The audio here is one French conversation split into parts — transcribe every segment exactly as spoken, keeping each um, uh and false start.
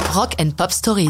Rock and Pop Stories.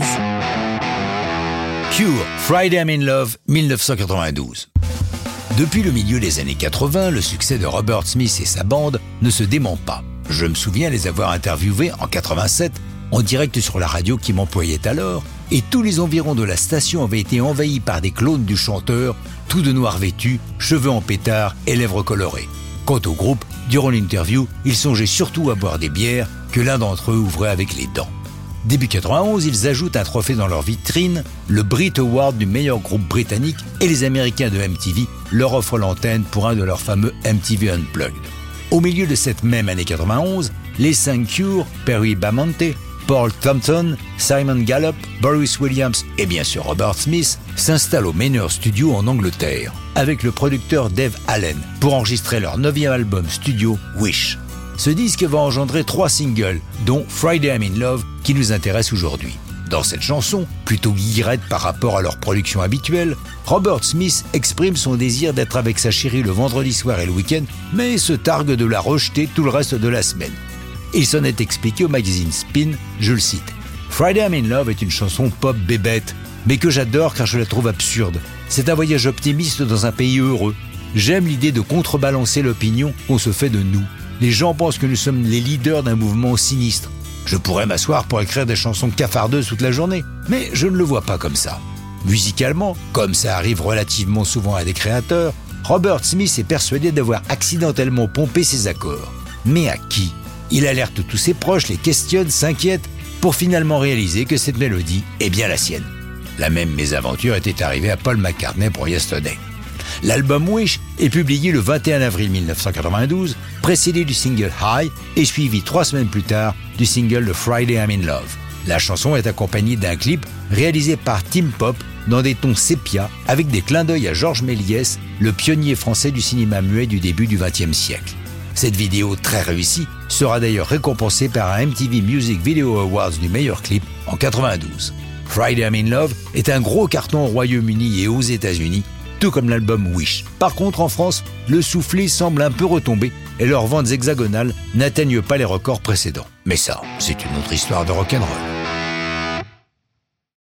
Cure, Friday I'm in Love, dix-neuf cent quatre-vingt-douze. Depuis le milieu des années quatre-vingts, le succès de Robert Smith et sa bande ne se dément pas. Je me souviens les avoir interviewés en quatre-vingt-sept, en direct sur la radio qui m'employait alors, et tous les environs de la station avaient été envahis par des clones du chanteur, tout de noir vêtus, cheveux en pétard et lèvres colorées. Quant au groupe, durant l'interview, ils songeaient surtout à boire des bières que l'un d'entre eux ouvrait avec les dents. Début quatre-vingt-onze, ils ajoutent un trophée dans leur vitrine, le Brit Award du meilleur groupe britannique, et les Américains de M T V leur offrent l'antenne pour un de leurs fameux M T V Unplugged. Au milieu de cette même année quatre-vingt-onze, les cinq Cure, Perry Bamonte, Paul Thompson, Simon Gallup, Boris Williams et bien sûr Robert Smith s'installent au Manor Studio en Angleterre avec le producteur Dave Allen pour enregistrer leur neuvième album studio Wish. Ce disque va engendrer trois singles, dont Friday I'm in Love, qui nous intéresse aujourd'hui. Dans cette chanson, plutôt guillerette par rapport à leur production habituelle, Robert Smith exprime son désir d'être avec sa chérie le vendredi soir et le week-end, mais se targue de la rejeter tout le reste de la semaine. Il s'en est expliqué au magazine Spin, je le cite. « Friday I'm in Love est une chanson pop bébête, mais que j'adore car je la trouve absurde. C'est un voyage optimiste dans un pays heureux. J'aime l'idée de contrebalancer l'opinion qu'on se fait de nous. Les gens pensent que nous sommes les leaders d'un mouvement sinistre. Je pourrais m'asseoir pour écrire des chansons cafardeuses toute la journée, mais je ne le vois pas comme ça. » Musicalement, comme ça arrive relativement souvent à des créateurs, Robert Smith est persuadé d'avoir accidentellement pompé ses accords. Mais à qui ? Il alerte tous ses proches, les questionne, s'inquiète, pour finalement réaliser que cette mélodie est bien la sienne. La même mésaventure était arrivée à Paul McCartney pour Yesterday. L'album Wish est publié le vingt et un avril dix-neuf cent quatre-vingt-douze, précédé du single High et suivi trois semaines plus tard du single The Friday I'm in Love. La chanson est accompagnée d'un clip réalisé par Tim Pop dans des tons sépia avec des clins d'œil à Georges Méliès, le pionnier français du cinéma muet du début du vingtième siècle. Cette vidéo très réussie sera d'ailleurs récompensée par un M T V Music Video Awards du meilleur clip en quatre-vingt-douze. Friday I'm in Love est un gros carton au Royaume-Uni et aux États-Unis, tout comme l'album Wish. Par contre, en France, le soufflet semble un peu retomber et leurs ventes hexagonales n'atteignent pas les records précédents. Mais ça, c'est une autre histoire de rock'n'roll.